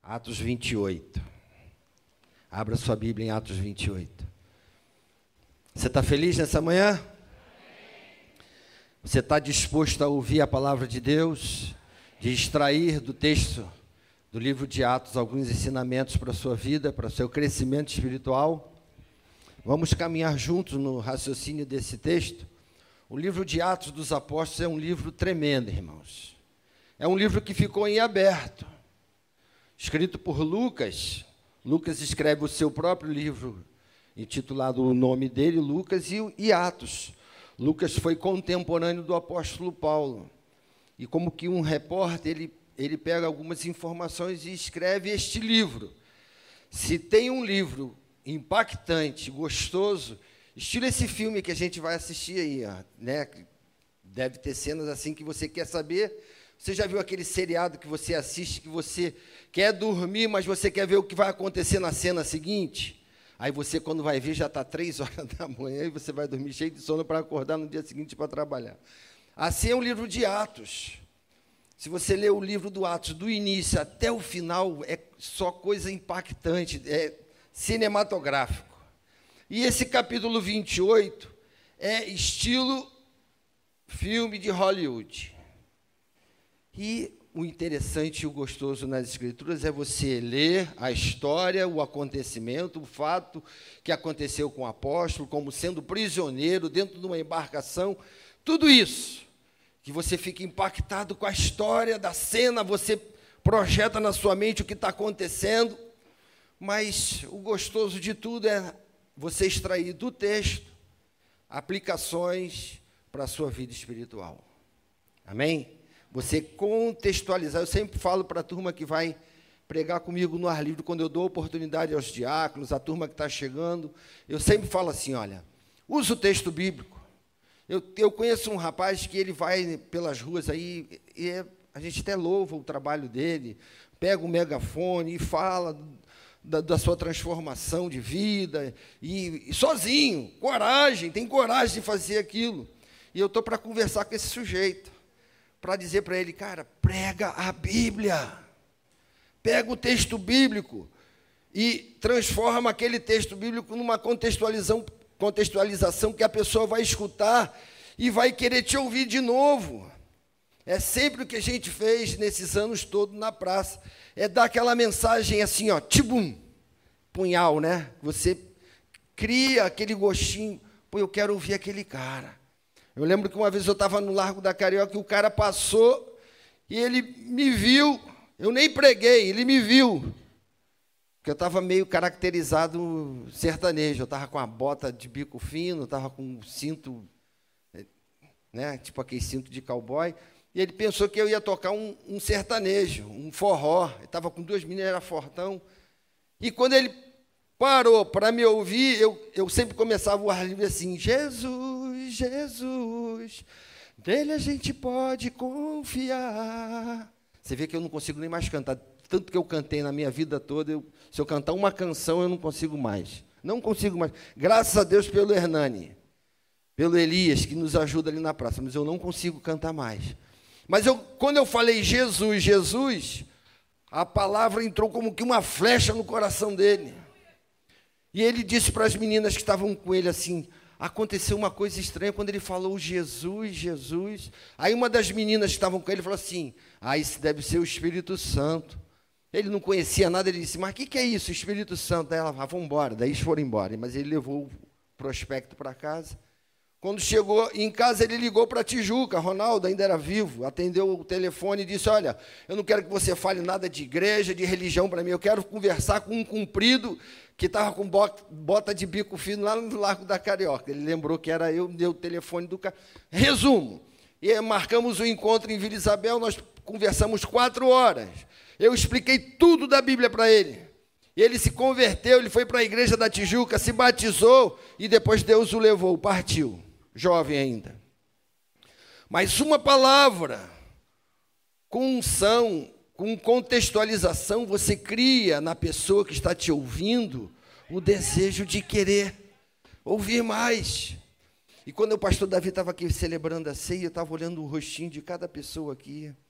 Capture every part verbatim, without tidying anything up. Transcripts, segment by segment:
Atos vinte e oito. Abra sua Bíblia em Atos vinte e oito. Você está feliz nessa manhã? Você está disposto a ouvir a palavra de Deus? De extrair do texto do livro de Atos alguns ensinamentos para a sua vida, para o seu crescimento espiritual? Vamos caminhar juntos no raciocínio desse texto. O livro de Atos dos Apóstolos é um livro tremendo, irmãos. É um livro que ficou em aberto, escrito por Lucas. Lucas escreve o seu próprio livro, intitulado o nome dele, Lucas, e, e Atos. Lucas foi contemporâneo do apóstolo Paulo. E como que um repórter, ele, ele pega algumas informações e escreve este livro. Se tem um livro impactante, gostoso, estilo esse filme que a gente vai assistir aí, ó, né? Deve ter cenas assim que você quer saber. Você já viu aquele seriado que você assiste, que você quer dormir, mas você quer ver o que vai acontecer na cena seguinte? Aí você, quando vai ver, já está três horas da manhã e você vai dormir cheio de sono para acordar no dia seguinte para trabalhar. Assim é um livro de Atos. Se você ler o livro do Atos, do início até o final, é só coisa impactante, é cinematográfico. E esse capítulo vinte e oito é estilo filme de Hollywood. E o interessante e o gostoso nas Escrituras é você ler a história, o acontecimento, o fato que aconteceu com o apóstolo, como sendo prisioneiro dentro de uma embarcação, tudo isso, que você fica impactado com a história da cena, você projeta na sua mente o que está acontecendo, mas o gostoso de tudo é você extrair do texto aplicações para a sua vida espiritual. Amém? Você contextualizar. Eu sempre falo para a turma que vai pregar comigo no ar livre, quando eu dou oportunidade aos diáconos, a turma que está chegando, eu sempre falo assim, olha, usa o texto bíblico. Eu, eu conheço um rapaz que ele vai pelas ruas aí, e é, a gente até louva o trabalho dele, pega o megafone e fala da, da sua transformação de vida, e, e sozinho, coragem, tem coragem de fazer aquilo. E eu estou para conversar com esse sujeito, para dizer para ele, cara, prega a Bíblia, pega o texto bíblico e transforma aquele texto bíblico numa contextualização, contextualização que a pessoa vai escutar e vai querer te ouvir de novo. É sempre o que a gente fez nesses anos todos na praça, é dar aquela mensagem assim, ó, tibum, punhal, né? Você cria aquele gostinho, pô, eu quero ouvir aquele cara. Eu lembro que uma vez eu estava no Largo da Carioca e o cara passou e ele me viu, eu nem preguei, ele me viu, porque eu estava meio caracterizado sertanejo, eu estava com a bota de bico fino, estava com um cinto, né, tipo aquele cinto de cowboy, e ele pensou que eu ia tocar um, um sertanejo, um forró, eu estava com duas meninas, era fortão, e quando ele parou para me ouvir, eu, eu sempre começava o ar livre assim, Jesus, Jesus, nele a gente pode confiar. Você vê que eu não consigo nem mais cantar, tanto que eu cantei na minha vida toda, eu, se eu cantar uma canção, eu não consigo mais, não consigo mais, graças a Deus pelo Hernani, pelo Elias, que nos ajuda ali na praça, mas eu não consigo cantar mais. Mas eu, quando eu falei Jesus, Jesus, a palavra entrou como que uma flecha no coração dele. E ele disse para as meninas que estavam com ele assim, aconteceu uma coisa estranha quando ele falou Jesus, Jesus. Aí uma das meninas que estavam com ele falou assim, ah, isso deve ser o Espírito Santo. Ele não conhecia nada, ele disse, mas o que, que é isso, Espírito Santo? Aí ela, ah, vamos embora. Daí eles foram embora, mas ele levou o prospecto para casa. Quando chegou em casa, ele ligou para a Tijuca, Ronaldo ainda era vivo, atendeu o telefone e disse, olha, eu não quero que você fale nada de igreja, de religião para mim, eu quero conversar com um cumprido que estava com bota de bico fino lá no Largo da Carioca. Ele lembrou que era eu, deu o telefone do cara. Resumo, e marcamos o encontro em Vila Isabel, nós conversamos quatro horas, eu expliquei tudo da Bíblia para ele. Ele se converteu, ele foi para a igreja da Tijuca, se batizou e depois Deus o levou, partiu. Jovem ainda. Mas uma palavra, com unção, com contextualização, você cria na pessoa que está te ouvindo o desejo de querer ouvir mais. E quando o pastor Davi estava aqui celebrando a ceia, eu estava olhando o rostinho de cada pessoa aqui.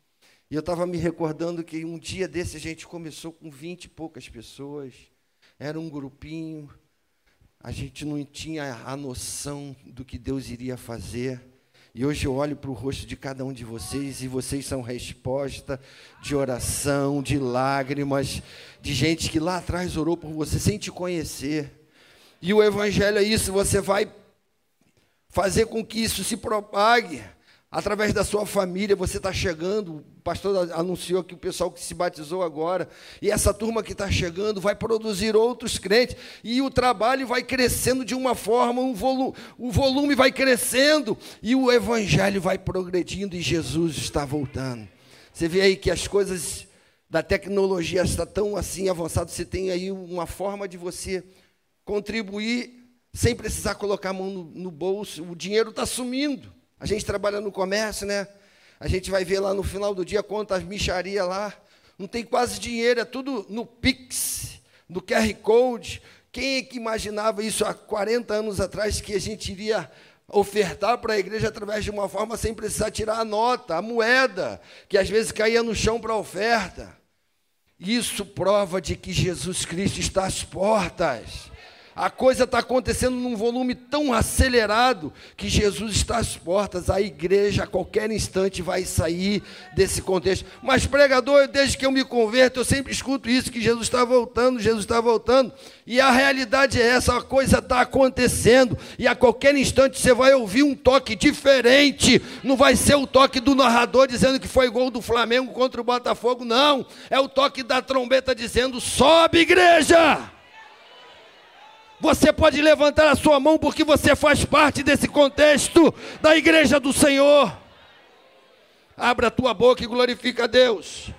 E eu estava me recordando que um dia desse a gente começou com vinte e poucas pessoas, era um grupinho, a gente não tinha a noção do que Deus iria fazer. E hoje eu olho para o rosto de cada um de vocês e vocês são resposta de oração, de lágrimas, de gente que lá atrás orou por você sem te conhecer. E o Evangelho é isso, você vai fazer com que isso se propague através da sua família. Você está chegando, o pastor anunciou aqui o pessoal que se batizou agora, e essa turma que está chegando vai produzir outros crentes, e o trabalho vai crescendo de uma forma, um volu o volume vai crescendo, e o Evangelho vai progredindo, e Jesus está voltando. Você vê aí que as coisas da tecnologia estão tão assim avançadas, você tem aí uma forma de você contribuir sem precisar colocar a mão no, no bolso, o dinheiro está sumindo. A gente trabalha no comércio, né? A gente vai ver lá no final do dia quantas mixarias lá. Não tem quase dinheiro, é tudo no Pix, no Q R Code. Quem é que imaginava isso há quarenta anos atrás, que a gente iria ofertar para a igreja através de uma forma sem precisar tirar a nota, a moeda, que às vezes caía no chão para a oferta? Isso prova de que Jesus Cristo está às portas. A coisa está acontecendo num volume tão acelerado que Jesus está às portas. A igreja a qualquer instante vai sair desse contexto. Mas pregador, desde que eu me converto, eu sempre escuto isso, que Jesus está voltando, Jesus está voltando. E a realidade é essa, a coisa está acontecendo. E a qualquer instante você vai ouvir um toque diferente. Não vai ser o toque do narrador dizendo que foi gol do Flamengo contra o Botafogo, não. É o toque da trombeta dizendo: sobe, igreja! Você pode levantar a sua mão porque você faz parte desse contexto da igreja do Senhor. Abra a tua boca e glorifica a Deus.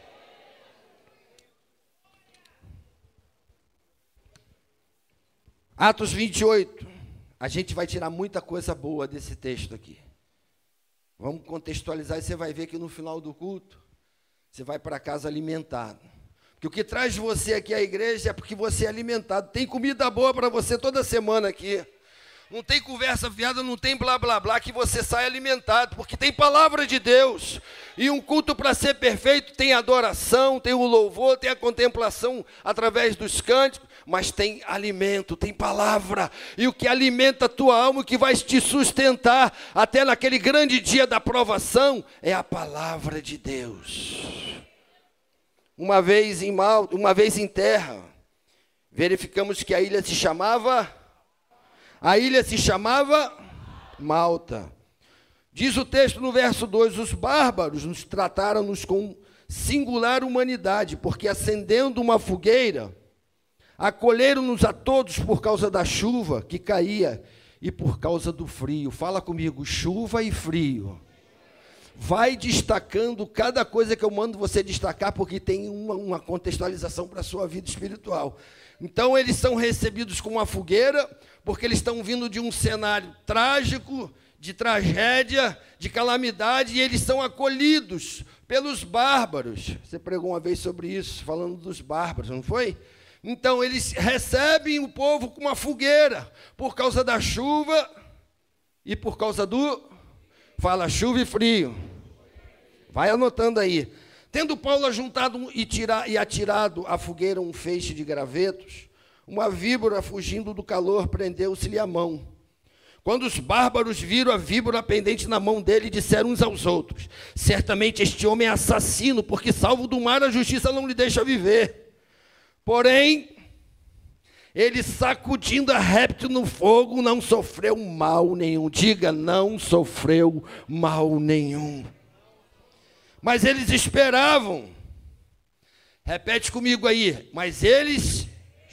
Atos vinte e oito. A gente vai tirar muita coisa boa desse texto aqui. Vamos contextualizar e você vai ver que no final do culto, você vai para casa alimentado. Que o que traz você aqui à igreja é porque você é alimentado. Tem comida boa para você toda semana aqui. Não tem conversa fiada, não tem blá blá blá, que você sai alimentado, porque tem palavra de Deus. E um culto, para ser perfeito, tem adoração, tem o louvor, tem a contemplação através dos cânticos, mas tem alimento, tem palavra. E o que alimenta a tua alma, o que vai te sustentar até naquele grande dia da provação, é a palavra de Deus. Uma vez em Malta, uma vez em terra, verificamos que a ilha se chamava, a ilha se chamava Malta. Diz o texto no verso dois, os bárbaros nos trataram-nos com singular humanidade, porque acendendo uma fogueira, acolheram-nos a todos por causa da chuva que caía e por causa do frio. Fala comigo, chuva e frio. Vai destacando cada coisa que eu mando você destacar, porque tem uma, uma contextualização para a sua vida espiritual. Então, eles são recebidos com uma fogueira, porque eles estão vindo de um cenário trágico, de tragédia, de calamidade, e eles são acolhidos pelos bárbaros. Você pregou uma vez sobre isso, falando dos bárbaros, não foi? Então, eles recebem o povo com uma fogueira, por causa da chuva e por causa do... Fala, chuva e frio. Vai anotando aí. Tendo Paulo ajuntado e, tira, e atirado à fogueira um feixe de gravetos, uma víbora, fugindo do calor, prendeu-se-lhe a mão. Quando os bárbaros viram a víbora pendente na mão dele, disseram uns aos outros: certamente este homem é assassino, porque salvo do mar a justiça não lhe deixa viver. Porém, ele, sacudindo a réptil no fogo, não sofreu mal nenhum. Diga, não sofreu mal nenhum. Mas eles esperavam. Repete comigo aí. Mas eles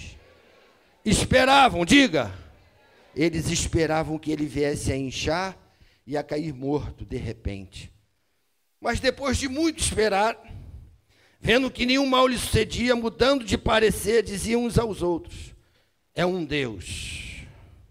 esperavam, diga. Eles esperavam que ele viesse a inchar e a cair morto de repente. Mas depois de muito esperar, vendo que nenhum mal lhe sucedia, mudando de parecer, diziam uns aos outros: é um Deus.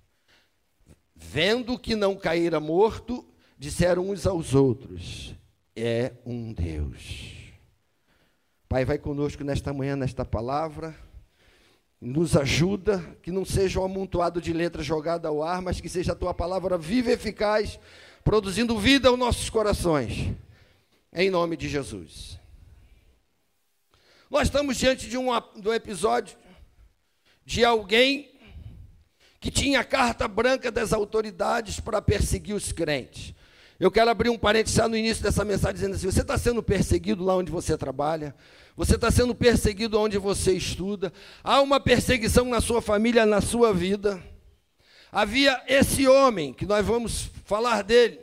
Vendo que não caíra morto, disseram uns aos outros: é um Deus. Pai, vai conosco nesta manhã, nesta palavra, nos ajuda, que não seja um amontoado de letras jogado ao ar, mas que seja a tua palavra viva e eficaz, produzindo vida aos nossos corações. em nome de Jesus. Nós estamos diante de um, de um episódio de alguém que tinha a carta branca das autoridades para perseguir os crentes. Eu quero abrir um parênteses no início dessa mensagem, dizendo assim: você está sendo perseguido lá onde você trabalha, você está sendo perseguido onde você estuda, há uma perseguição na sua família, na sua vida. Havia esse homem, que nós vamos falar dele,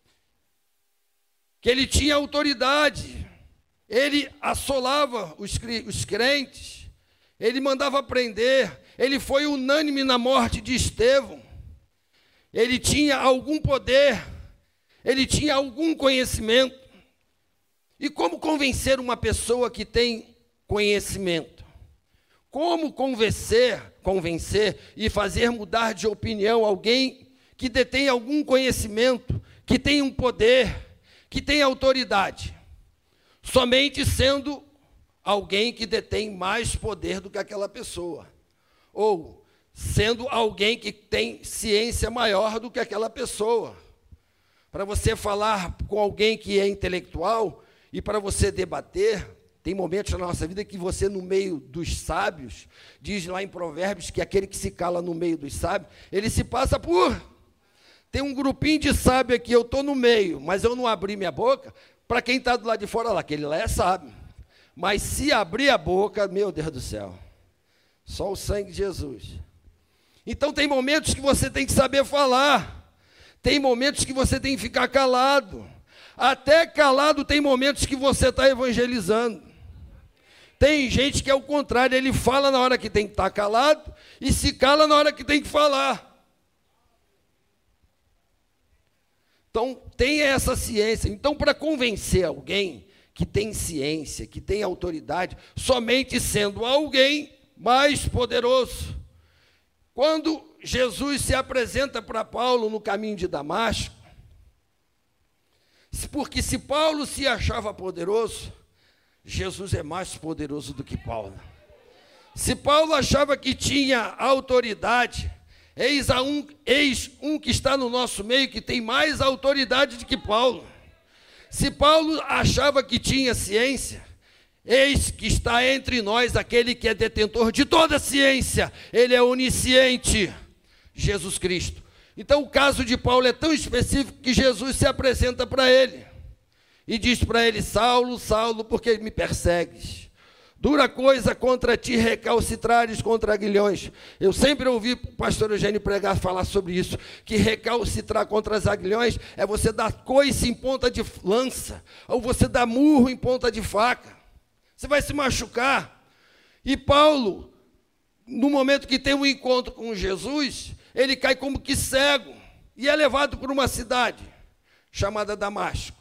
que ele tinha autoridade, ele assolava os, os crentes, ele mandava prender, ele foi unânime na morte de Estevão, ele tinha algum poder, ele tinha algum conhecimento. E como convencer uma pessoa que tem conhecimento? Como convencer, convencer e fazer mudar de opinião alguém que detém algum conhecimento, que tem um poder, que tem autoridade? Somente sendo alguém que detém mais poder do que aquela pessoa, ou sendo alguém que tem ciência maior do que aquela pessoa. Para você falar com alguém que é intelectual e para você debater, tem momentos na nossa vida que você, no meio dos sábios, diz lá em Provérbios que aquele que se cala no meio dos sábios, ele se passa por... Tem um grupinho de sábio aqui, eu estou no meio, mas eu não abri minha boca. Para quem está do lado de fora lá, aquele lá é sábio. Mas se abrir a boca, meu Deus do céu, só o sangue de Jesus. Então tem momentos que você tem que saber falar, tem momentos que você tem que ficar calado. Até calado tem momentos que você está evangelizando. Tem gente que é o contrário, ele fala na hora que tem que estar calado e se cala na hora que tem que falar. Então, tenha essa ciência. Então, para convencer alguém que tem ciência, que tem autoridade, somente sendo alguém mais poderoso. Quando Jesus se apresenta para Paulo no caminho de Damasco, porque se Paulo se achava poderoso, Jesus é mais poderoso do que Paulo. Se Paulo achava que tinha autoridade, Eis, a um, eis um que está no nosso meio que tem mais autoridade do que Paulo. Se Paulo achava que tinha ciência, eis que está entre nós aquele que é detentor de toda a ciência. Ele é onisciente, Jesus Cristo. Então o caso de Paulo é tão específico que Jesus se apresenta para ele e diz para ele: Saulo, Saulo, por que me persegues? Dura coisa contra ti recalcitrares contra aguilhões. Eu sempre ouvi o pastor Eugênio pregar, falar sobre isso, que recalcitrar contra as aguilhões é você dar coice em ponta de lança, ou você dar murro em ponta de faca. Você vai se machucar. E Paulo, no momento que tem um encontro com Jesus, ele cai como que cego, e é levado para uma cidade chamada Damasco.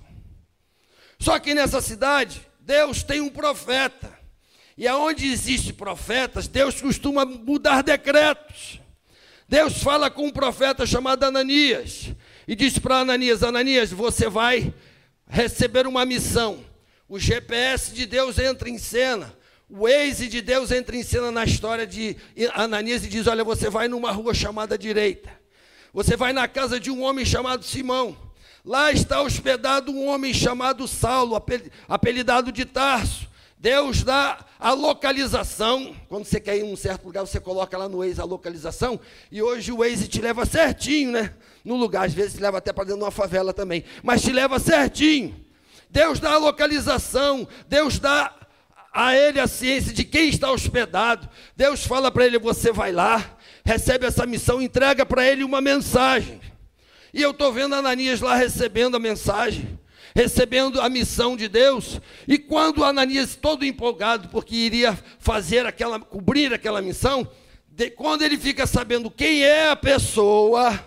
Só que nessa cidade, Deus tem um profeta. E aonde existem profetas, Deus costuma mudar decretos. Deus fala com um profeta chamado Ananias e diz para Ananias: Ananias, você vai receber uma missão. O G P S de Deus entra em cena, o Waze de Deus entra em cena na história de Ananias e diz: olha, você vai numa rua chamada direita, você vai na casa de um homem chamado Simão. Lá está hospedado um homem chamado Saulo, apelidado de Tarso. Deus dá a localização. Quando você quer ir em um certo lugar, você coloca lá no Waze a localização, e hoje o Waze te leva certinho, né? No lugar, às vezes te leva até para dentro de uma favela também, mas te leva certinho. Deus dá a localização, Deus dá a ele a ciência de quem está hospedado. Deus fala para ele: você vai lá, recebe essa missão, entrega para ele uma mensagem. E eu estou vendo Ananias lá recebendo a mensagem, recebendo a missão de Deus. E quando Ananias, todo empolgado, porque iria fazer aquela, cobrir aquela missão, de, quando ele fica sabendo quem é a pessoa,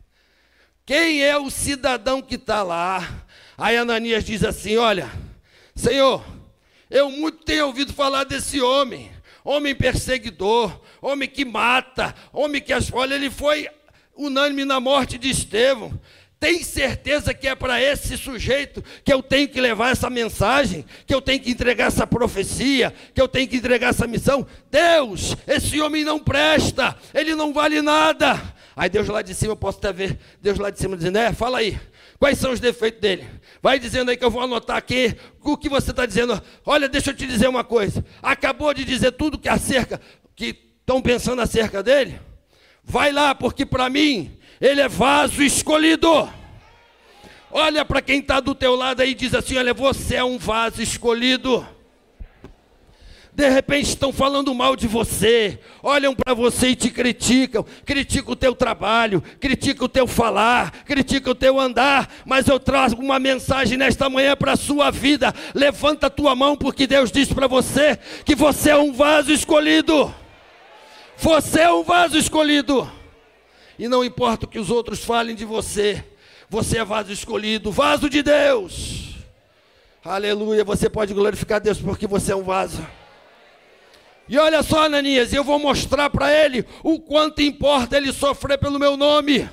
quem é o cidadão que está lá, aí Ananias diz assim: olha, Senhor, eu muito tenho ouvido falar desse homem, homem perseguidor, homem que mata, homem que as... Olha, ele foi unânime na morte de Estevão. Tem certeza que é para esse sujeito que eu tenho que levar essa mensagem, que eu tenho que entregar essa profecia, que eu tenho que entregar essa missão? Deus, esse homem não presta, ele não vale nada. Aí Deus lá de cima, eu posso até ver Deus lá de cima dizendo: é, fala aí, Quais são os defeitos dele? Vai dizendo aí que eu vou anotar aqui o que você está dizendo. Olha, deixa eu te dizer uma coisa. Acabou de dizer tudo que acerca, que estão pensando acerca dele? Vai lá, porque para mim, ele é vaso escolhido. Olha para quem está do teu lado aí e diz assim, olha, você é um vaso escolhido. De repente estão falando mal de você, olham para você e te criticam, criticam o teu trabalho, criticam o teu falar, criticam o teu andar, mas eu trago uma mensagem nesta manhã para a sua vida. Levanta a tua mão, porque Deus diz para você que você é um vaso escolhido. Você é um vaso escolhido. E não importa o que os outros falem de você, você é vaso escolhido, vaso de Deus. Aleluia, você pode glorificar Deus porque você é um vaso. E olha só, Ananias, eu vou mostrar para ele o quanto importa ele sofrer pelo meu nome.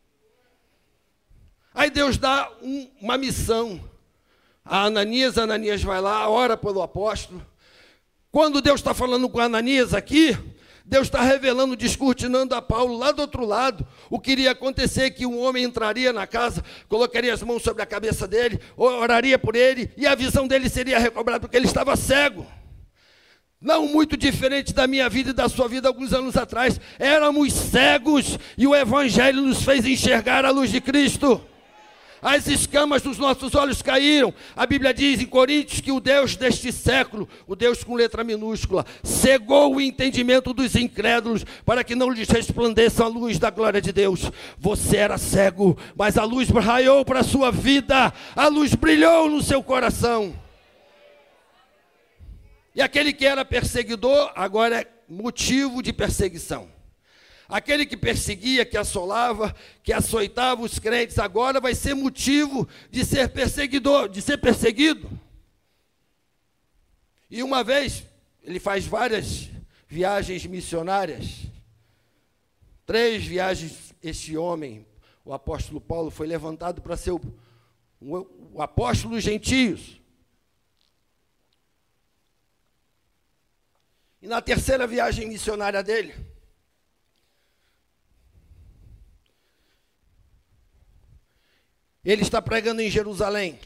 Aí Deus dá um, uma missão a Ananias. Ananias vai lá, ora pelo apóstolo. Quando Deus está falando com Ananias aqui, Deus está revelando, descortinando a Paulo lá do outro lado. O que iria acontecer, que um homem entraria na casa, colocaria as mãos sobre a cabeça dele, oraria por ele, e a visão dele seria recobrada, porque ele estava cego. Não muito diferente da minha vida e da sua vida alguns anos atrás. Éramos cegos e o Evangelho nos fez enxergar a luz de Cristo. As escamas dos nossos olhos caíram. A Bíblia diz em Coríntios que o Deus deste século, o Deus com letra minúscula, cegou o entendimento dos incrédulos para que não lhes resplandeça a luz da glória de Deus. Você era cego, mas a luz raiou para a sua vida, a luz brilhou no seu coração. E aquele que era perseguidor, agora é motivo de perseguição. Aquele que perseguia, que assolava, que açoitava os crentes, agora vai ser motivo de ser perseguidor, de ser perseguido. E uma vez, ele faz várias viagens missionárias. Três viagens, este homem, o apóstolo Paulo, foi levantado para ser o, o, o apóstolo dos gentios. E na terceira viagem missionária dele, ele está pregando em Jerusalém.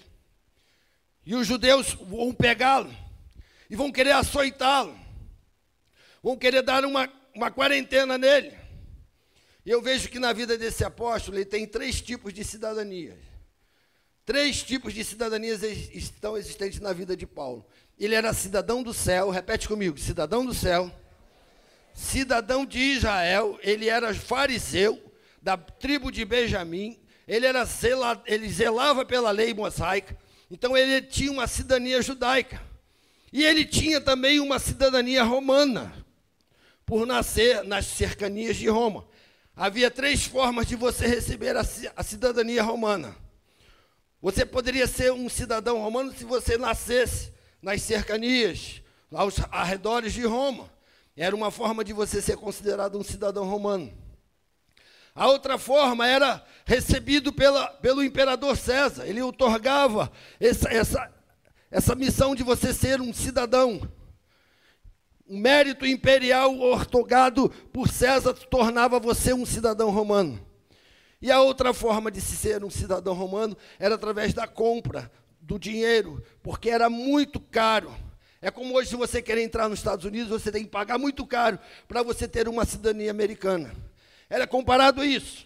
E os judeus vão pegá-lo e vão querer açoitá-lo. Vão querer dar uma, uma quarentena nele. E eu vejo que na vida desse apóstolo, ele tem três tipos de cidadanias. Três tipos de cidadanias estão existentes na vida de Paulo. Ele era cidadão do céu, repete comigo, cidadão do céu, cidadão de Israel, ele era fariseu, da tribo de Benjamim, ele, era zela, ele zelava pela lei mosaica, então ele tinha uma cidadania judaica, e ele tinha também uma cidadania romana, por nascer nas cercanias de Roma. Havia três formas de você receber a, a cidadania romana. Você poderia ser um cidadão romano se você nascesse nas cercanias, aos arredores de Roma. Era uma forma de você ser considerado um cidadão romano. A outra forma era recebido pela, pelo imperador César. Ele outorgava essa, essa, essa missão de você ser um cidadão. Um mérito imperial outorgado por César tornava você um cidadão romano. E a outra forma de se ser um cidadão romano era através da compra do dinheiro, porque era muito caro. É como hoje, se você querer entrar nos Estados Unidos, você tem que pagar muito caro para você ter uma cidadania americana. Era comparado a isso.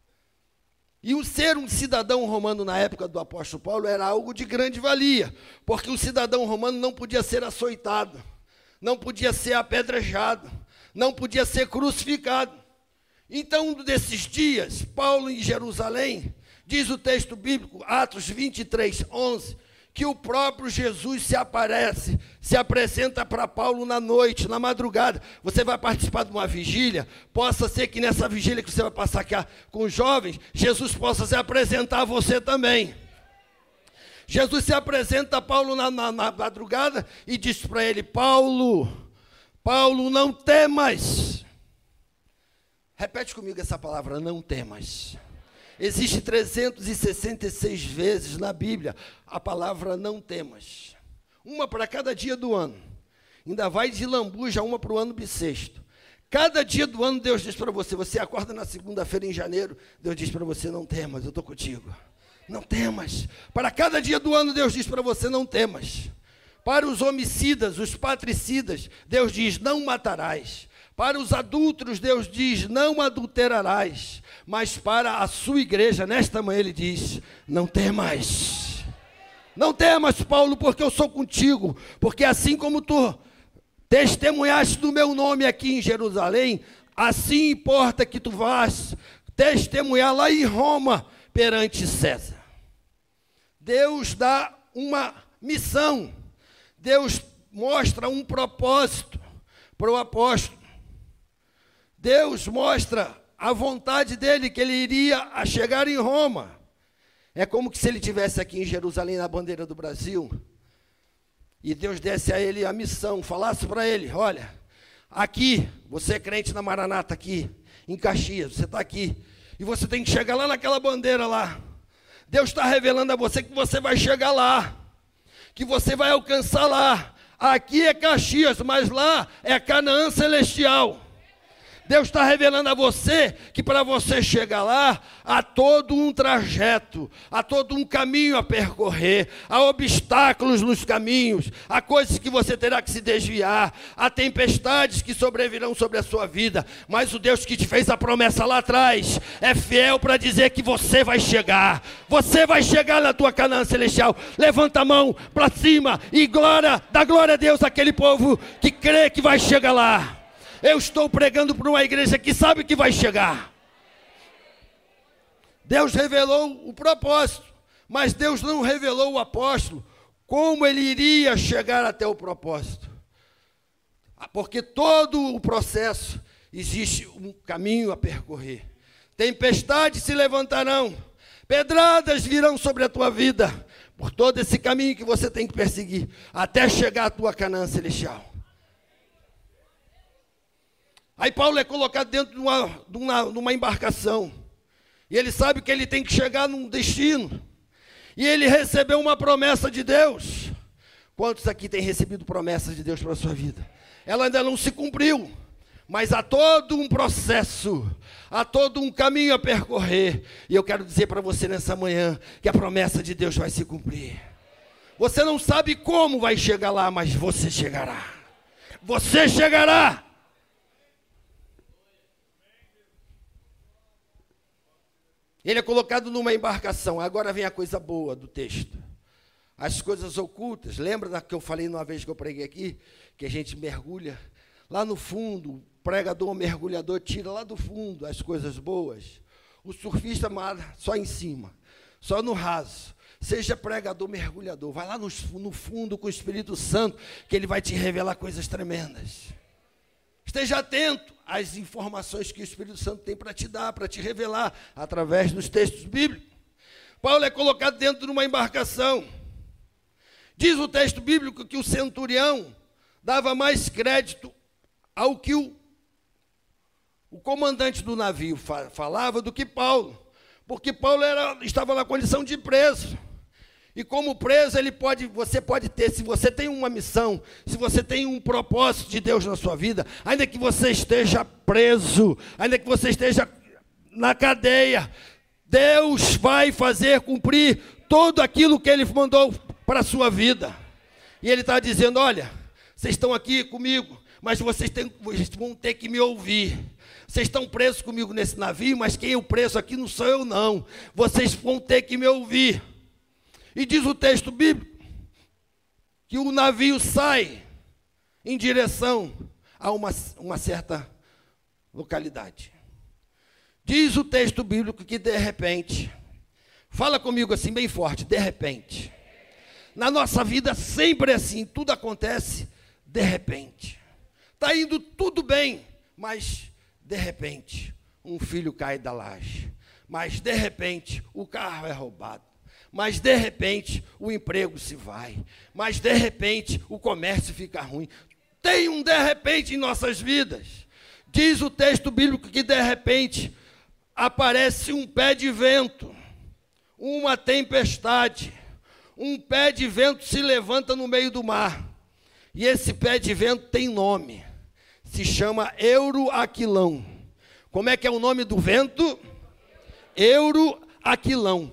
E o ser um cidadão romano na época do apóstolo Paulo era algo de grande valia, porque o cidadão romano não podia ser açoitado, não podia ser apedrejado, não podia ser crucificado. Então, um desses dias, Paulo em Jerusalém, diz o texto bíblico, Atos vinte e três, onze, que o próprio Jesus se aparece, se apresenta para Paulo na noite, na madrugada. Você vai participar de uma vigília, possa ser que nessa vigília que você vai passar aqui com os jovens, Jesus possa se apresentar a você também. Jesus se apresenta a Paulo na, na, na madrugada e diz para ele, Paulo, Paulo, não temas. Repete comigo essa palavra, não temas. Existe trezentas e sessenta e seis vezes na Bíblia a palavra não temas. Uma para cada dia do ano. Ainda vai de lambuja uma para o ano bissexto. Cada dia do ano Deus diz para você, você acorda na segunda-feira em janeiro, Deus diz para você, não temas, eu estou contigo. Não temas. Para cada dia do ano, Deus diz para você, não temas. Para os homicidas, os patricidas, Deus diz, não matarás. Para os adúlteros, Deus diz, não adulterarás. Mas para a sua igreja, nesta manhã, Ele diz, não temas. Não temas, Paulo, porque eu sou contigo. Porque assim como tu testemunhaste do meu nome aqui em Jerusalém, assim importa que tu vás testemunhar lá em Roma, perante César. Deus dá uma missão. Deus mostra um propósito para o apóstolo. Deus mostra a vontade dele, que ele iria a chegar em Roma. É como que se ele estivesse aqui em Jerusalém, na bandeira do Brasil, e Deus desse a ele a missão, falasse para ele, olha, aqui, você é crente na Maranata aqui, em Caxias, você está aqui, e você tem que chegar lá naquela bandeira lá. Deus está revelando a você que você vai chegar lá, que você vai alcançar lá. Aqui é Caxias, mas lá é Canaã celestial. Deus está revelando a você que para você chegar lá, há todo um trajeto, há todo um caminho a percorrer, há obstáculos nos caminhos, há coisas que você terá que se desviar, há tempestades que sobrevirão sobre a sua vida, mas o Deus que te fez a promessa lá atrás, é fiel para dizer que você vai chegar, você vai chegar na tua Canaã celestial. Levanta a mão para cima e glória, dá glória a Deus àquele povo que crê que vai chegar lá. Eu estou pregando para uma igreja que sabe que vai chegar. Deus revelou o propósito, mas Deus não revelou o apóstolo como ele iria chegar até o propósito. Porque todo o processo existe um caminho a percorrer. Tempestades se levantarão, pedradas virão sobre a tua vida, por todo esse caminho que você tem que perseguir, até chegar à tua Canaã celestial. Aí Paulo é colocado dentro de uma, de, uma, de uma embarcação. E ele sabe que ele tem que chegar num destino. E ele recebeu uma promessa de Deus. Quantos aqui têm recebido promessas de Deus para a sua vida? Ela ainda não se cumpriu. Mas há todo um processo, há todo um caminho a percorrer. E eu quero dizer para você nessa manhã que a promessa de Deus vai se cumprir. Você não sabe como vai chegar lá, mas você chegará. Você chegará. Ele é colocado numa embarcação. Agora vem a coisa boa do texto. As coisas ocultas. Lembra da que eu falei uma vez que eu preguei aqui? Que a gente mergulha lá no fundo. O pregador, o mergulhador, tira lá do fundo as coisas boas. O surfista mata só em cima, só no raso. Seja pregador, mergulhador. Vai lá no, no fundo com o Espírito Santo, que ele vai te revelar coisas tremendas. Esteja atento às informações que o Espírito Santo tem para te dar, para te revelar, através dos textos bíblicos. Paulo é colocado dentro de uma embarcação. Diz o texto bíblico que o centurião dava mais crédito ao que o, o comandante do navio fa, falava do que Paulo. Porque Paulo era, estava na condição de preso. E como preso, ele pode, você pode ter, se você tem uma missão, se você tem um propósito de Deus na sua vida, ainda que você esteja preso, ainda que você esteja na cadeia, Deus vai fazer cumprir tudo aquilo que Ele mandou para a sua vida. E Ele está dizendo, olha, vocês estão aqui comigo, mas vocês, têm, vocês vão ter que me ouvir. Vocês estão presos comigo nesse navio, mas quem é o preso aqui não sou eu não. Vocês vão ter que me ouvir. E diz o texto bíblico que o navio sai em direção a uma, uma certa localidade. Diz o texto bíblico que de repente, fala comigo assim bem forte, de repente. Na nossa vida sempre é assim, tudo acontece de repente. Está indo tudo bem, mas de repente um filho cai da laje. Mas de repente o carro é roubado. Mas de repente o emprego se vai. Mas de repente o comércio fica ruim. Tem um de repente em nossas vidas. Diz o texto bíblico que de repente aparece um pé de vento, uma tempestade. Um pé de vento se levanta no meio do mar. E esse pé de vento tem nome. Se chama Euroaquilão. Como é que é o nome do vento? Euroaquilão.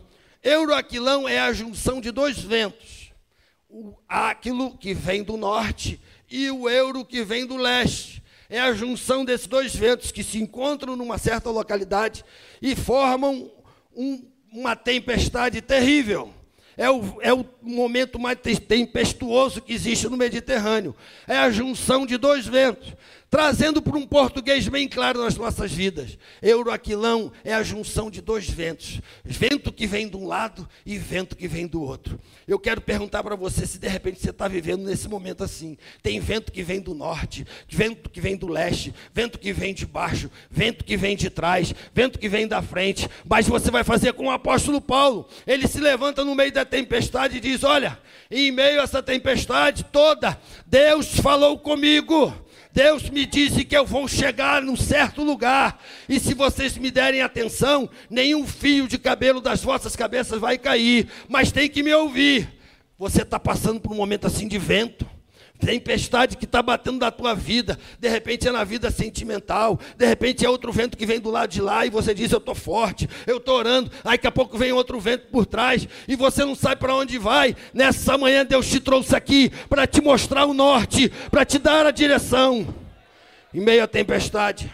Euroaquilão é a junção de dois ventos. O Áquilo, que vem do norte, e o Euro, que vem do leste. É a junção desses dois ventos que se encontram numa certa localidade e formam um, uma tempestade terrível. É o, é o momento mais tempestuoso que existe no Mediterrâneo. É a junção de dois ventos, trazendo para um português bem claro nas nossas vidas. Euroaquilão é a junção de dois ventos. Vento que vem de um lado e vento que vem do outro. Eu quero perguntar para você se de repente você está vivendo nesse momento assim. Tem vento que vem do norte, vento que vem do leste, vento que vem de baixo, vento que vem de trás, vento que vem da frente. Mas você vai fazer com o apóstolo Paulo. Ele se levanta no meio da tempestade e diz: olha, em meio a essa tempestade toda, Deus falou comigo. Deus me disse que eu vou chegar num certo lugar, e se vocês me derem atenção, nenhum fio de cabelo das vossas cabeças vai cair, mas tem que me ouvir. Você está passando por um momento assim de vento, tempestade que está batendo na tua vida, de repente é na vida sentimental, de repente é outro vento que vem do lado de lá, e você diz: eu estou forte, eu estou orando, aí daqui a pouco vem outro vento por trás, e você não sabe para onde vai. Nessa manhã Deus te trouxe aqui para te mostrar o norte, para te dar a direção, em meio à tempestade.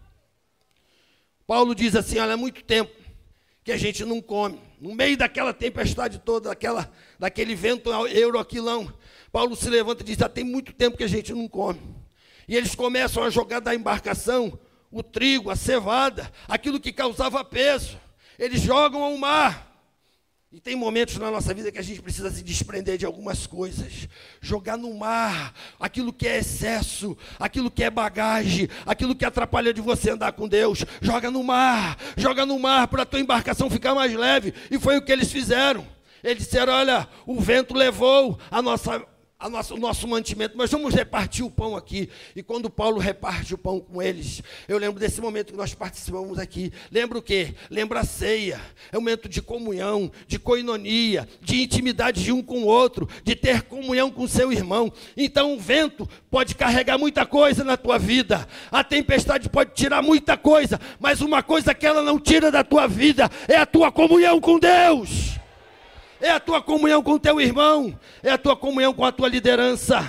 Paulo diz assim: olha, há muito tempo que a gente não come, no meio daquela tempestade toda, daquela, daquele vento euroaquilão, Paulo se levanta e diz: já tem muito tempo que a gente não come. E eles começam a jogar da embarcação o trigo, a cevada, aquilo que causava peso. Eles jogam ao mar. E tem momentos na nossa vida que a gente precisa se desprender de algumas coisas. Jogar no mar aquilo que é excesso, aquilo que é bagagem, aquilo que atrapalha de você andar com Deus. Joga no mar, joga no mar para a tua embarcação ficar mais leve. E foi o que eles fizeram. Eles disseram: olha, o vento levou a nossa... A nossa, o nosso mantimento, mas vamos repartir o pão aqui. E quando Paulo reparte o pão com eles, eu lembro desse momento que nós participamos aqui. Lembra o quê? Lembra a ceia. É um momento de comunhão, de coinonia, de intimidade de um com o outro, de ter comunhão com o seu irmão. Então o vento pode carregar muita coisa na tua vida, a tempestade pode tirar muita coisa, mas uma coisa que ela não tira da tua vida é a tua comunhão com Deus. É a tua comunhão com o teu irmão, é a tua comunhão com a tua liderança.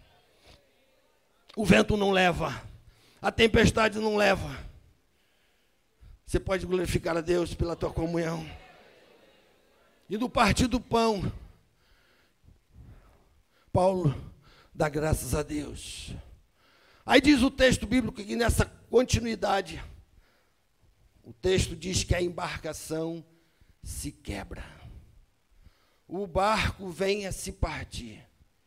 O vento não leva, a tempestade não leva. Você pode glorificar a Deus pela tua comunhão. E no partir do pão, Paulo dá graças a Deus. Aí diz o texto bíblico que nessa continuidade, o texto diz que a embarcação se quebra. O barco vem a se partir.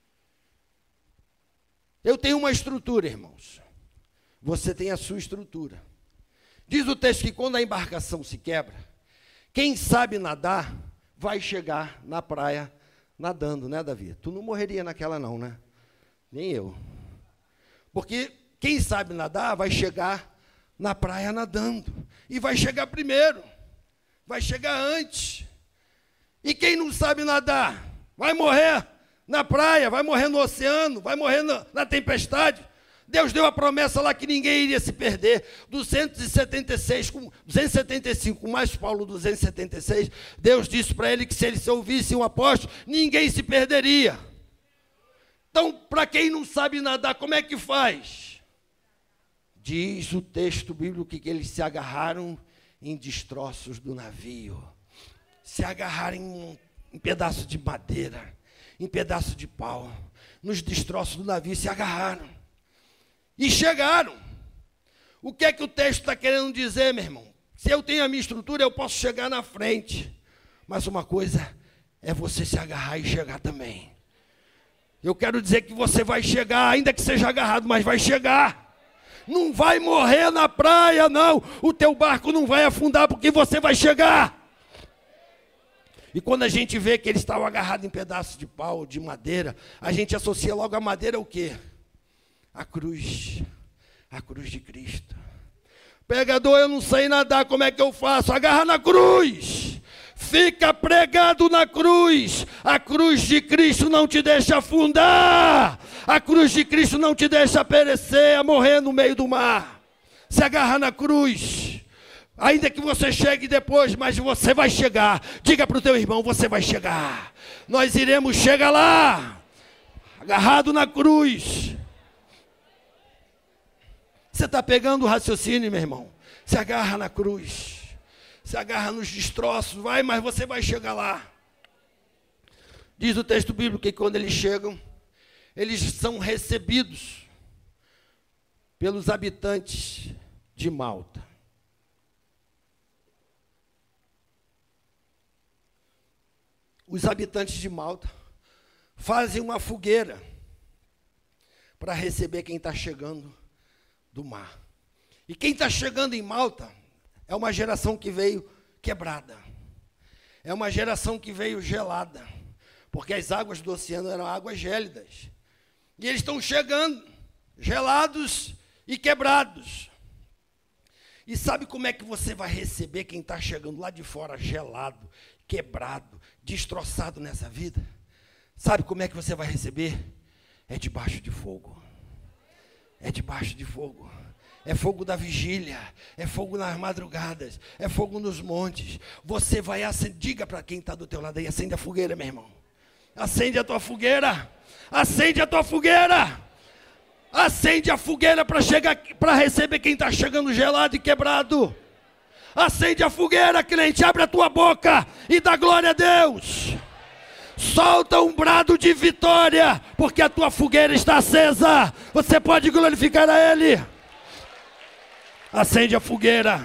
Eu tenho uma estrutura, irmãos. Você tem a sua estrutura. Diz o texto que quando a embarcação se quebra, quem sabe nadar vai chegar na praia nadando, né, Davi? Tu não morreria naquela não, né? Nem eu. Porque quem sabe nadar vai chegar na praia nadando. E vai chegar primeiro. Vai chegar antes. E quem não sabe nadar, vai morrer na praia, vai morrer no oceano, vai morrer na, na tempestade. Deus deu a promessa lá que ninguém iria se perder. duzentos e setenta e seis, com, duzentos e setenta e cinco, com mais Paulo duzentos e setenta e seis, Deus disse para ele que se ele ouvisse um apóstolo, ninguém se perderia. Então, para quem não sabe nadar, como é que faz? Diz o texto bíblico que eles se agarraram em destroços do navio. Se agarraram em, em pedaço de madeira, em pedaço de pau, nos destroços do navio, se agarraram. E chegaram. O que é que o texto está querendo dizer, meu irmão? Se eu tenho a minha estrutura, eu posso chegar na frente. Mas uma coisa é você se agarrar e chegar também. Eu quero dizer que você vai chegar, ainda que seja agarrado, mas vai chegar. Não vai morrer na praia, não. O teu barco não vai afundar, porque você vai chegar. E quando a gente vê que eles estavam agarrados em pedaços de pau, de madeira, a gente associa logo a madeira ao quê? A cruz. A cruz de Cristo. Pregador, eu não sei nadar, como é que eu faço? Agarra na cruz. Fica pregado na cruz. A cruz de Cristo não te deixa afundar. A cruz de Cristo não te deixa perecer, a morrer no meio do mar. Se agarra na cruz. Ainda que você chegue depois, mas você vai chegar. Diga para o teu irmão, você vai chegar. Nós iremos chegar lá, agarrado na cruz. Você está pegando o raciocínio, meu irmão? Se agarra na cruz. Se agarra nos destroços. Vai, mas você vai chegar lá. Diz o texto bíblico que quando eles chegam, eles são recebidos pelos habitantes de Malta. Os habitantes de Malta fazem uma fogueira para receber quem está chegando do mar. E quem está chegando em Malta é uma geração que veio quebrada. É uma geração que veio gelada. Porque as águas do oceano eram águas gélidas. E eles estão chegando, gelados e quebrados. E sabe como é que você vai receber quem está chegando lá de fora, gelado, quebrado, destroçado nessa vida? Sabe como é que você vai receber? É debaixo de fogo. É debaixo de fogo. É fogo da vigília, é fogo nas madrugadas, é fogo nos montes. Você vai acender, diga para quem está do teu lado aí, acende a fogueira, meu irmão. Acende a tua fogueira, acende a tua fogueira. Acende a fogueira para chegar, para receber quem está chegando gelado e quebrado. Acende a fogueira, crente, abre a tua boca e dá glória a Deus. Solta um brado de vitória, porque a tua fogueira está acesa. Você pode glorificar a Ele. Acende a fogueira.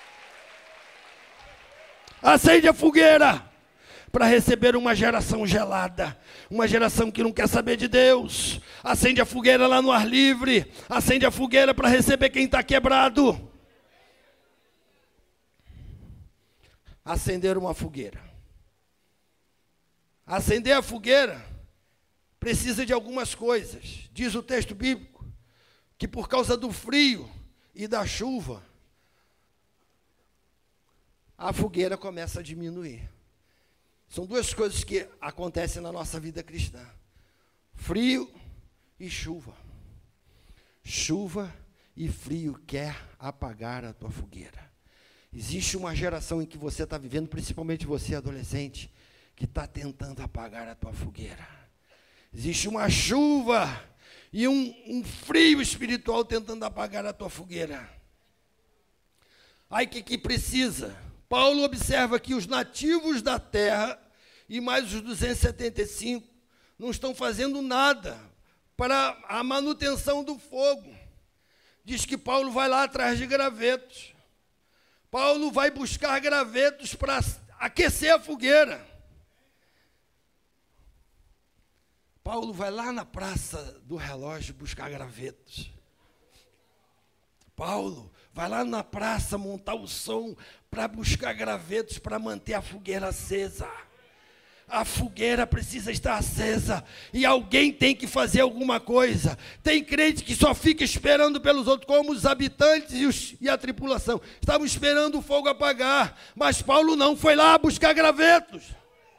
Acende a fogueira para receber uma geração gelada, uma geração que não quer saber de Deus. Acende a fogueira lá no ar livre. Acende a fogueira para receber quem está quebrado. Acender uma fogueira. Acender a fogueira precisa de algumas coisas. Diz o texto bíblico que por causa do frio e da chuva, a fogueira começa a diminuir. São duas coisas que acontecem na nossa vida cristã: frio e chuva. Chuva e frio quer apagar a tua fogueira. Existe uma geração em que você está vivendo, principalmente você adolescente, que está tentando apagar a tua fogueira. Existe uma chuva e um, um frio espiritual tentando apagar a tua fogueira. Aí o que, que precisa? Paulo observa que os nativos da terra e mais os duzentos e setenta e cinco não estão fazendo nada para a manutenção do fogo. Diz que Paulo vai lá atrás de gravetos. Paulo vai buscar gravetos para aquecer a fogueira. Paulo vai lá na praça do relógio buscar gravetos. Paulo vai lá na praça montar o som para buscar gravetos para manter a fogueira acesa. A fogueira precisa estar acesa e alguém tem que fazer alguma coisa. Tem crente que só fica esperando pelos outros, como os habitantes e, os, e a tripulação. Estavam esperando o fogo apagar, mas Paulo não, foi lá buscar gravetos.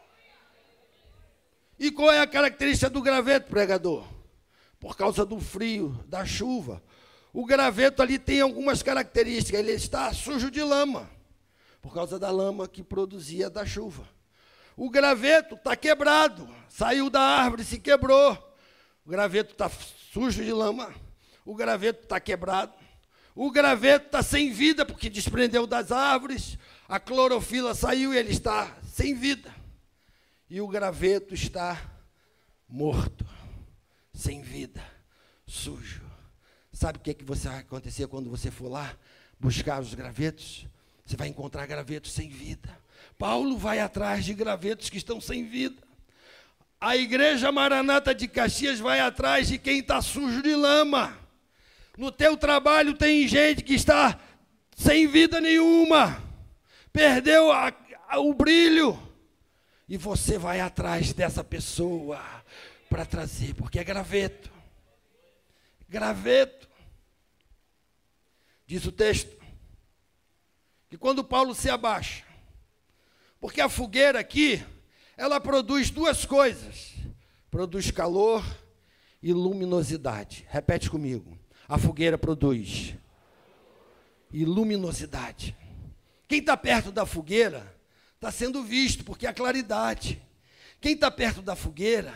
E qual é a característica do graveto, pregador? Por causa do frio, da chuva. O graveto ali tem algumas características. Ele está sujo de lama, por causa da lama que produzia da chuva. O graveto está quebrado, saiu da árvore e se quebrou. O graveto está sujo de lama. O graveto está quebrado. O graveto está sem vida, porque desprendeu das árvores. A clorofila saiu e ele está sem vida. E o graveto está morto, sem vida, sujo. Sabe o que, é que vai acontecer quando você for lá buscar os gravetos? Você vai encontrar gravetos sem vida. Paulo vai atrás de gravetos que estão sem vida. A igreja Maranata de Caxias vai atrás de quem está sujo de lama. No teu trabalho tem gente que está sem vida nenhuma. Perdeu a, a, o brilho. E você vai atrás dessa pessoa para trazer, porque é graveto. Graveto. Diz o texto que quando Paulo se abaixa, porque a fogueira aqui, ela produz duas coisas. Produz calor e luminosidade. Repete comigo. A fogueira produz e luminosidade. Quem está perto da fogueira está sendo visto, porque é a claridade. Quem está perto da fogueira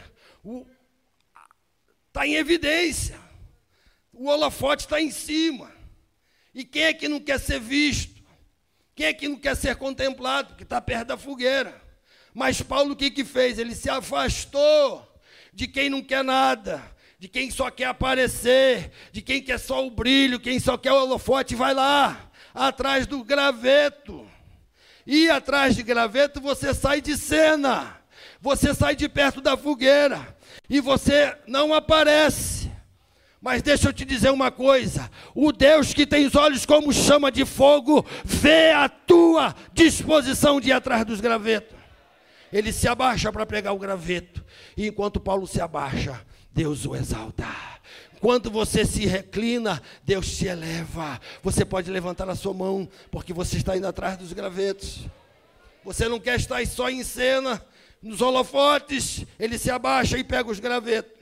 está em evidência. O holofote está em cima. E quem é que não quer ser visto? Quem é que não quer ser contemplado? Que está perto da fogueira. Mas Paulo o que, que fez? Ele se afastou de quem não quer nada, de quem só quer aparecer, de quem quer só o brilho, quem só quer o holofote, vai lá, atrás do graveto. E atrás de graveto você sai de cena, você sai de perto da fogueira, e você não aparece. Mas deixa eu te dizer uma coisa, o Deus que tem os olhos como chama de fogo, vê a tua disposição de ir atrás dos gravetos. Ele se abaixa para pegar o graveto, e enquanto Paulo se abaixa, Deus o exalta. Quando você se reclina, Deus se eleva. Você pode levantar a sua mão, porque você está indo atrás dos gravetos. Você não quer estar só em cena, nos holofotes. Ele se abaixa e pega os gravetos.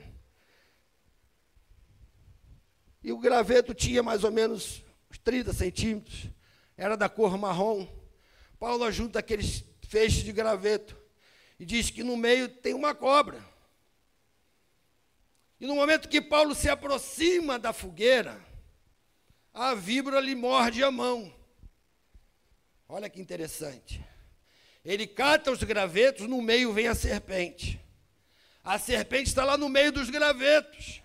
E o graveto tinha mais ou menos uns trinta centímetros. Era da cor marrom. Paulo ajunta aqueles feixes de graveto e diz que no meio tem uma cobra. E no momento que Paulo se aproxima da fogueira, a víbora lhe morde a mão. Olha que interessante. Ele cata os gravetos, no meio vem a serpente. A serpente está lá no meio dos gravetos.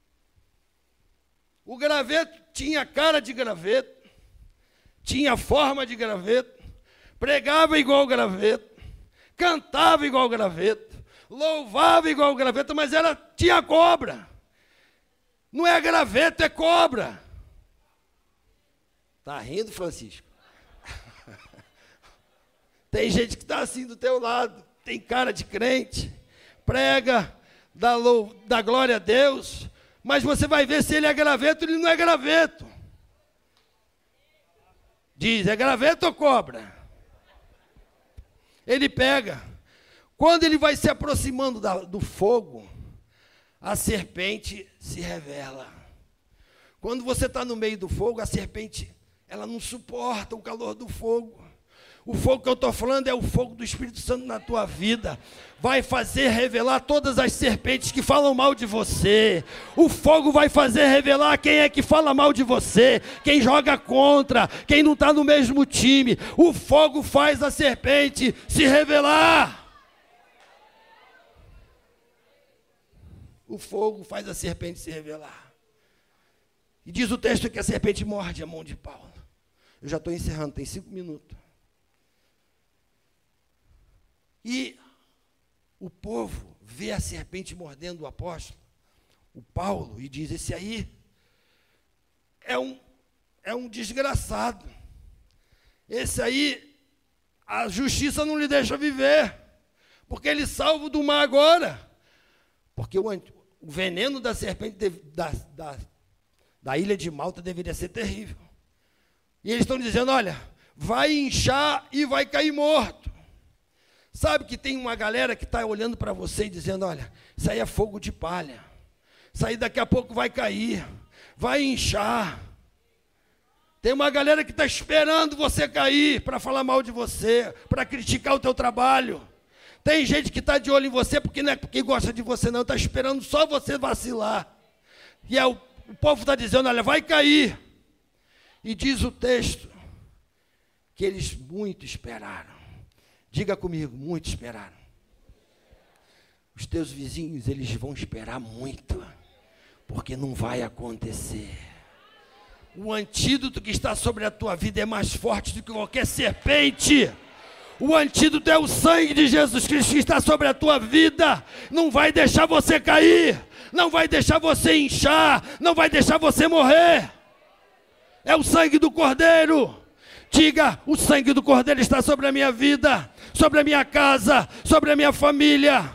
O graveto tinha cara de graveto, tinha forma de graveto, pregava igual graveto, cantava igual graveto, louvava igual graveto, mas ela tinha cobra. Não é graveto, é cobra. Está rindo, Francisco? Tem gente que está assim do teu lado, tem cara de crente, prega, dá, lou, dá glória a Deus, mas você vai ver se ele é graveto, ele não é graveto. Diz, é graveto ou cobra? Ele pega. Quando ele vai se aproximando da, do fogo, a serpente se revela. Quando você está no meio do fogo, a serpente, ela não suporta o calor do fogo. O fogo que eu estou falando é o fogo do Espírito Santo na tua vida. Vai fazer revelar todas as serpentes que falam mal de você. O fogo vai fazer revelar quem é que fala mal de você, quem joga contra, quem não está no mesmo time. O fogo faz a serpente se revelar. O fogo faz a serpente se revelar. E diz o texto que a serpente morde a mão de Paulo. Eu já estou encerrando, tem cinco minutos. E o povo vê a serpente mordendo o apóstolo, o Paulo, e diz, esse aí é um, é um desgraçado. Esse aí, a justiça não lhe deixa viver, porque ele salva do mar agora. Porque o, o veneno da serpente deve, da, da, da ilha de Malta deveria ser terrível. E eles estão dizendo, olha, vai inchar e vai cair morto. Sabe que tem uma galera que está olhando para você e dizendo, olha, isso aí é fogo de palha. Isso aí daqui a pouco vai cair, vai inchar. Tem uma galera que está esperando você cair para falar mal de você, para criticar o teu trabalho. Tem gente que está de olho em você porque não é porque gosta de você não, está esperando só você vacilar. E é o, o povo está dizendo, olha, vai cair. E diz o texto que eles muito esperaram. Diga comigo, muito esperaram. Os teus vizinhos, eles vão esperar muito, porque não vai acontecer. O antídoto que está sobre a tua vida é mais forte do que qualquer serpente. O antídoto é o sangue de Jesus Cristo que está sobre a tua vida. Não vai deixar você cair, não vai deixar você inchar, não vai deixar você morrer. É o sangue do Cordeiro. Diga, o sangue do Cordeiro está sobre a minha vida, sobre a minha casa, sobre a minha família.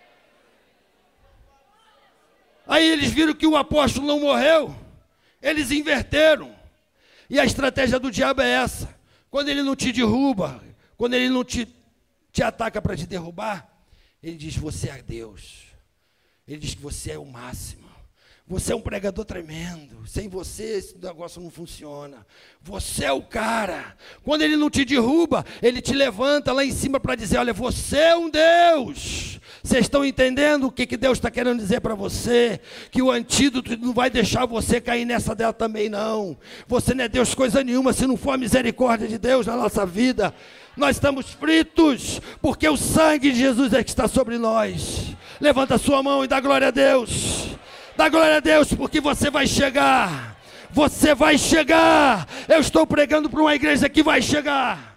Aí eles viram que o apóstolo não morreu, eles inverteram. E a estratégia do diabo é essa. Quando ele não te derruba, quando ele não te, te ataca para te derrubar, ele diz, você é Deus. Ele diz que você é o máximo. Você é um pregador tremendo. Sem você, esse negócio não funciona. Você é o cara. Quando ele não te derruba, ele te levanta lá em cima para dizer, olha, você é um Deus. Vocês estão entendendo o que, que Deus está querendo dizer para você? Que o antídoto não vai deixar você cair nessa dela também, não. Você não é Deus coisa nenhuma, se não for a misericórdia de Deus na nossa vida. Nós estamos fritos, porque o sangue de Jesus é que está sobre nós. Levanta a sua mão e dá glória a Deus. Dá glória a Deus, porque você vai chegar. Você vai chegar. Eu estou pregando para uma igreja que vai chegar.